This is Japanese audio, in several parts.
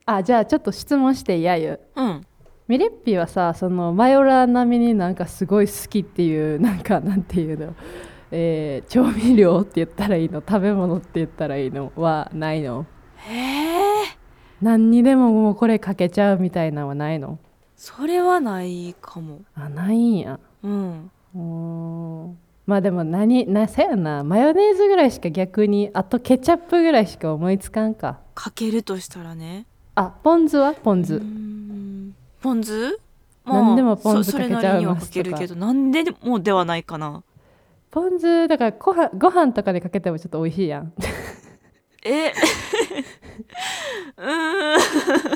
あ、じゃあちょっと質問していやゆ。 うん。 ミレッピはさ、そのマヨラー並みになんかすごい好きっていう、なんかなんていうの、調味料って言ったらいいの、食べ物って言ったらいいのはないの？ へえ、 何にでももうこれかけちゃうみたいなのはないの？ それはないかも。 あ、ないんや。 うん。 まあでもせやな、マヨネーズぐらいしか逆に、あとケチャップぐらいしか思いつかんか。 かけるとしたらね。 あ、ポン酢はポン酢。 ポン酢、 何でまあもポン酢そかけちゃいれなりにはますとか。 かけるけど、なんでもではないかな。 ポン酢だからご飯とかでかけてもちょっと美味しいやん。 えうーん。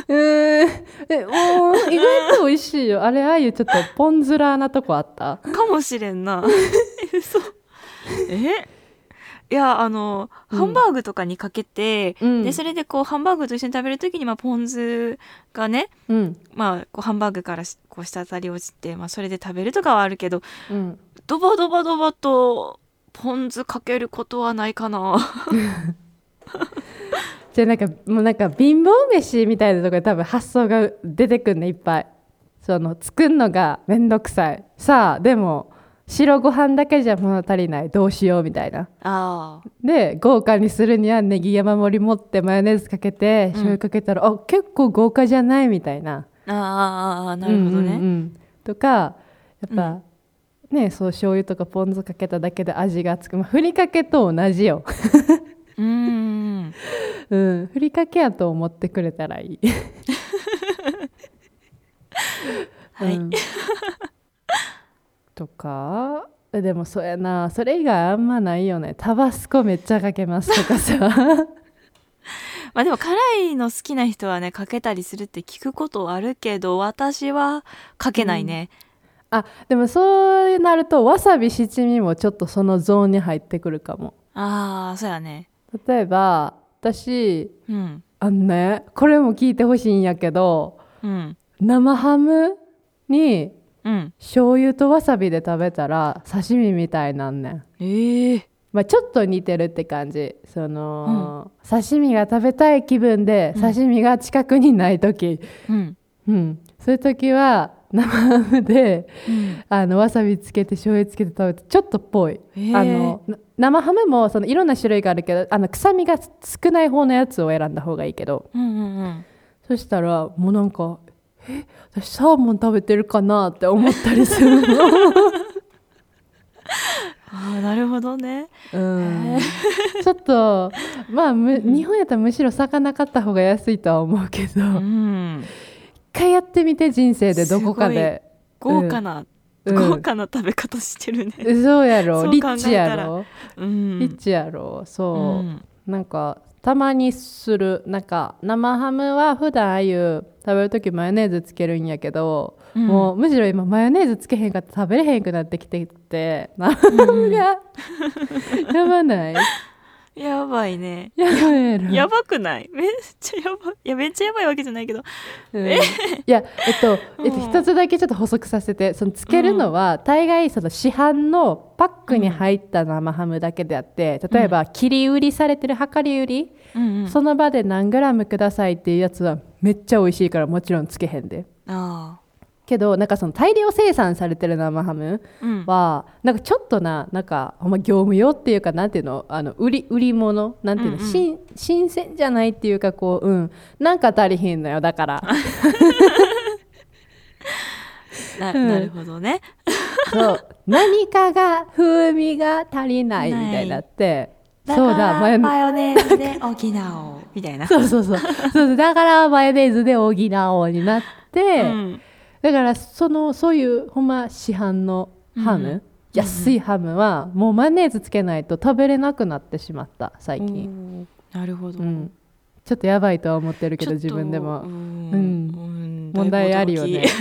意外と美味しいよあれ。ああいうちょっとポン酢ラーなとこあった。 かもしれんな。嘘。いや、ハンバーグとかにかけて、で、それでこう、ハンバーグと一緒に食べるときに、まあ、ポン酢がね、まあ、こうハンバーグからこう滴り落ちて、まあ、それで食べるとかはあるけど、ドバドバドバとポン酢かけることはないかな。 じゃあなんかもうなんか貧乏飯みたいなところで多分発想が出てくんね、いっぱい。その作るのがめんどくさい、さあでも白ご飯だけじゃ物足りない、どうしようみたいな。で豪華にするにはネギ山盛り持ってマヨネーズかけて醤油かけたら、あ、結構豪華じゃないみたいな。 なるほどね。 とかやっぱ、ね、そう醤油とかポン酢かけただけで味がつく、まあ、ふりかけと同じよ。ふりかけやと思ってくれたらいい。 はい、 とかでもそうやな、それ以外あんまないよね。タバスコめっちゃかけますとかさ。 まあでも辛いの好きな人はねかけたりするって聞くことあるけど、私はかけないね。 あ、でもそうなるとわさび七味もちょっとそのゾーンに入ってくるかも。 そうやね。 例えば私、これも聞いてほしいんやけど、生ハムに醤油とわさびで食べたら刺身みたいなんねん。まあ、ちょっと似てるって感じ。その、刺身が食べたい気分で刺身が近くにない時、そういう時は生ハムで、わさびつけて醤油つけて食べてちょっとっぽい。生ハムもそのいろんな種類があるけど、臭みが少ない方のやつを選んだ方がいいけど、そしたらもうなんか私サーモン食べてるかなって思ったりするの。 なるほどね。 ちょっとまあ日本やったらむしろ魚買った方が安いとは思うけど、一回やってみて、人生でどこかで。 豪華な食べ方してるね。 そうやろ、リッチやろ、リッチやろ。そう、なんかたまにする。なんか生ハムは普段ああいう食べるときマヨネーズつけるんやけど、もうむしろ今マヨネーズつけへんかって食べれへんくなってきてて、生ハムがやばない？ やばいね。 やばいやろ。 やばくない？めっちゃやばい。いや、めっちゃやばいわけじゃないけど。 いや、一つだけちょっと補足させて、そのつけるのは、大概その市販のパックに入った生ハムだけであって、例えば切り売りされてる量り売り、その場で何グラムくださいっていうやつはめっちゃ美味しいからもちろんつけへんで。けどなんかその大量生産されてる生ハムは、なんかちょっとなんかほんま業務用っていうか、なんていうの、売り物なんていうの、新鮮じゃないっていうか、こうなんか足りひんのよ、だから。 なるほどね。 そう何かが風味が足りないみたいになって、 そうだ、マヨネーズで補おうみたいな。 そうだからマヨネーズで補おうになって、だからそういうほんま市販のハム、安いハムはもうマヨネーズつけないと食べれなくなってしまった、最近。 なるほど、 ちょっとやばいとは思ってるけど、自分でも問題あるよね。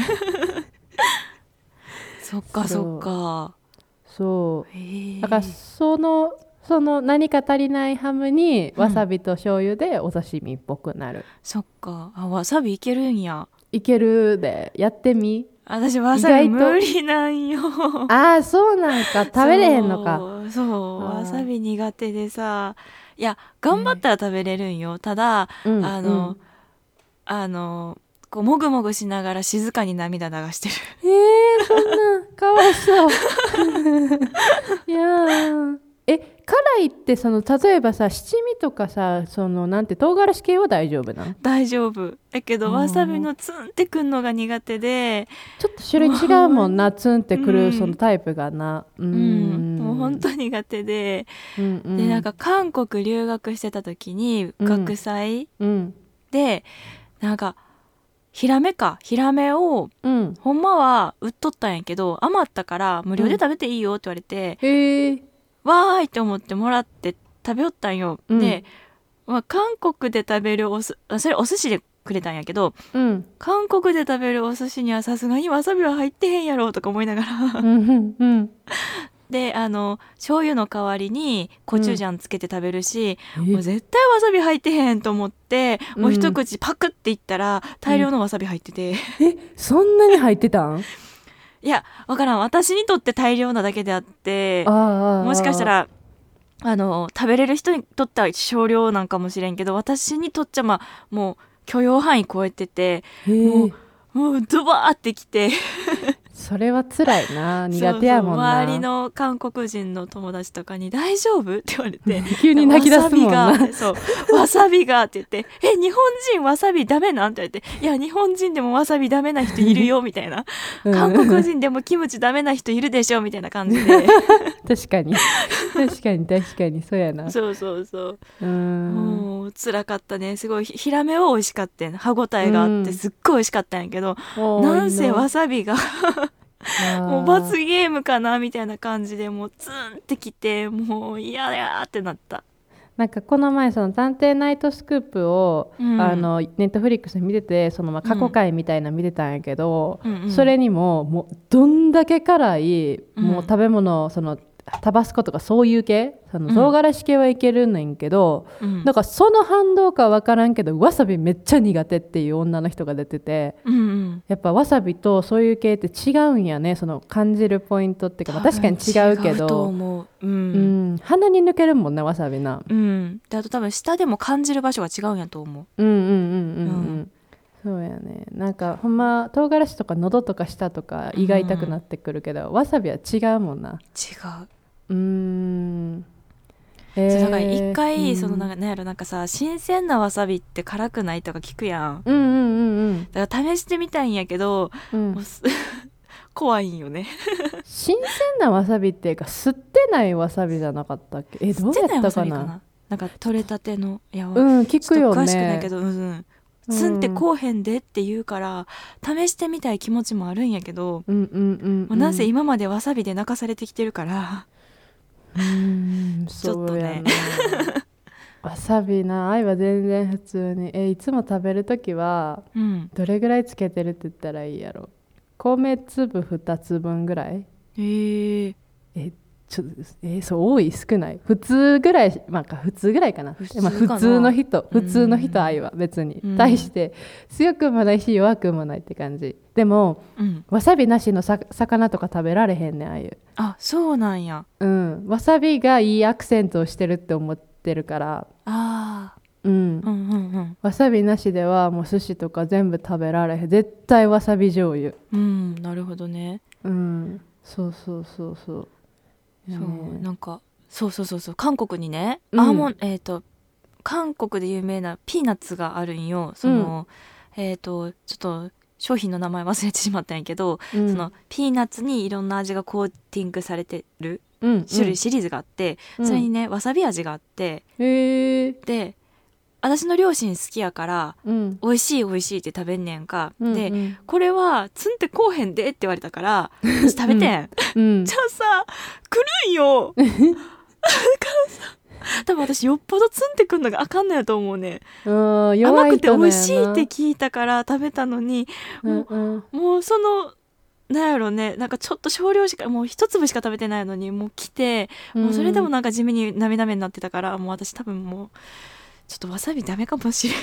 そっかそっか。 そうだからその何か足りないハムにわさびと醤油でお刺身っぽくなる。 そっか。わさびいけるんや。 いけるで、やってみ。 私わさび無理なんよ。 そうなんか、食べれへんのか。 わさび苦手でさ。いや頑張ったら食べれるんよ。ただこうもぐもぐしながら静かに涙流してる。 そんなかわいそういや辛いって例えばさ七味とかさなんて唐辛子系は大丈夫なの？ 大丈夫だけどわさびのツンってくんのが苦手で、 ちょっと種類違うもんな、ツンってくるそのタイプがな、 もう本当苦手で、でなんか韓国留学してた時に学祭で、なんかヒラメを、ほんまは売っとったんやけど余ったから無料で食べていいよって言われて、わーいって思ってもらって食べよったんよ、で、韓国で食べるそれお寿司でくれたんやけど、韓国で食べるお寿司にはさすがにわさびは入ってへんやろとか思いながらで醤油の代わりにコチュジャンつけて食べるし、もう絶対わさび入ってへんと思って、もう一口パクっていったら大量のわさび入ってて、 そんなに入ってたん？ いやわからん、私にとって大量なだけであって、もしかしたら食べれる人にとっては少量なんかもしれんけど、私にとっちゃもう許容範囲超えてて、もうドバーってきてそれは辛いな、苦手やもんな。 周りの韓国人の友達とかに大丈夫って言われて急に泣き出すもんな。 わさびがって言って日本人わさびダメなんって言われて、いや日本人でもわさびダメな人いるよみたいな韓国人でもキムチダメな人いるでしょみたいな感じで確かにそうやな。 もう辛かったね。すごいヒラメは美味しかったん、歯ごたえがあってすっごい美味しかったんやけど、なんせわさびがもう罰ゲームかなみたいな感じで、もうツンってきて、もう嫌やってなった。 なんかこの前探偵ナイトスクープを、ネットフリックスで見てて、過去回みたいなの見てたんやけど、それにもうどんだけ辛い、もう食べ物タバスコとかそういう系唐辛子系はいけるねんけど、なんかその反動か分からんけどわさびめっちゃ苦手っていう女の人が出てて、やっぱわさびとそういう系って違うんやね、感じるポイントっていうか、確かに違うけど鼻に抜けるもんねわさびな、 であと多分舌でも感じる場所が違うんやと思う。 そうやね。なんかほんま唐辛子とか喉とか舌とか胃が痛くなってくるけど、わさびは違うもんな。 違う。だから一回なんやろ、なんかさ、新鮮なわさびって辛くないとか聞くやん。だから試してみたいんやけど、怖いんよね新鮮なわさびっていうか吸ってないわさびじゃなかったっけ？どうやったかな。 なんか取れたての、いや、 聞くよね。 詳しくないけど、ツンってこうへんでって言うから試してみたい気持ちもあるんやけど、なんせ今までわさびで泣かされてきてるからちょっとねわさびな、愛は全然普通にいつも食べるときは、どれぐらいつけてるって言ったらいいやろ。米粒2つ分ぐらい。そう多い少ない普通ぐらい、普通ぐらいかな。普通の人愛は別に、対して強くもないし弱くもないって感じ。でも、わさびなしの魚とか食べられへんねん、あゆ。 あ、そうなんや。 わさびがいいアクセントをしてるって思ってるから。わさびなしではもう寿司とか全部食べられへん。絶対わさび醤油。 なるほどね。 そうなんかそう韓国にね、韓国で有名なピーナッツがあるんよ。ちょっと商品の名前忘れてしまったんやけど、ピーナッツにいろんな味がコーティングされてる種類シリーズがあって、それにねわさび味があって、で私の両親好きやから、美味しいって食べんねんか、でこれはツンってこうへんでって言われたから私食べてん、じゃあさ来るんよだからさ、多分私よっぽどツンってくんのがあかんのやと思うね。甘くて美味しいって聞いたから食べたのに、もうなんやろね、なんかちょっと少量しか、もう一粒しか食べてないのにもう来て、もうそれでもなんか地味に涙目になってたから、もう私多分もうちょっとわさびダメかもしれん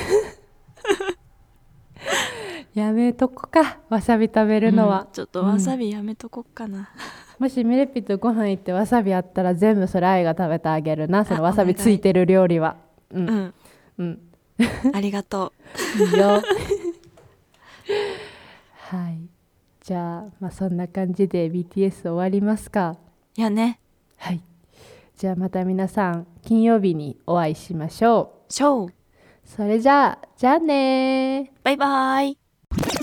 やめとこか、わさび食べるのは、 ちょっとわさびやめとこっかな、 もしミレピとご飯行ってわさびあったら全部それ愛が食べてあげるな、そのわさびついてる料理は。 ありがとう。いいよ。はい。じゃあ、そんな感じで BTS 終わりますか。 いやね。 はい。じゃあまた皆さん金曜日にお会いしましょう。 それじゃあねー。 バイバイ。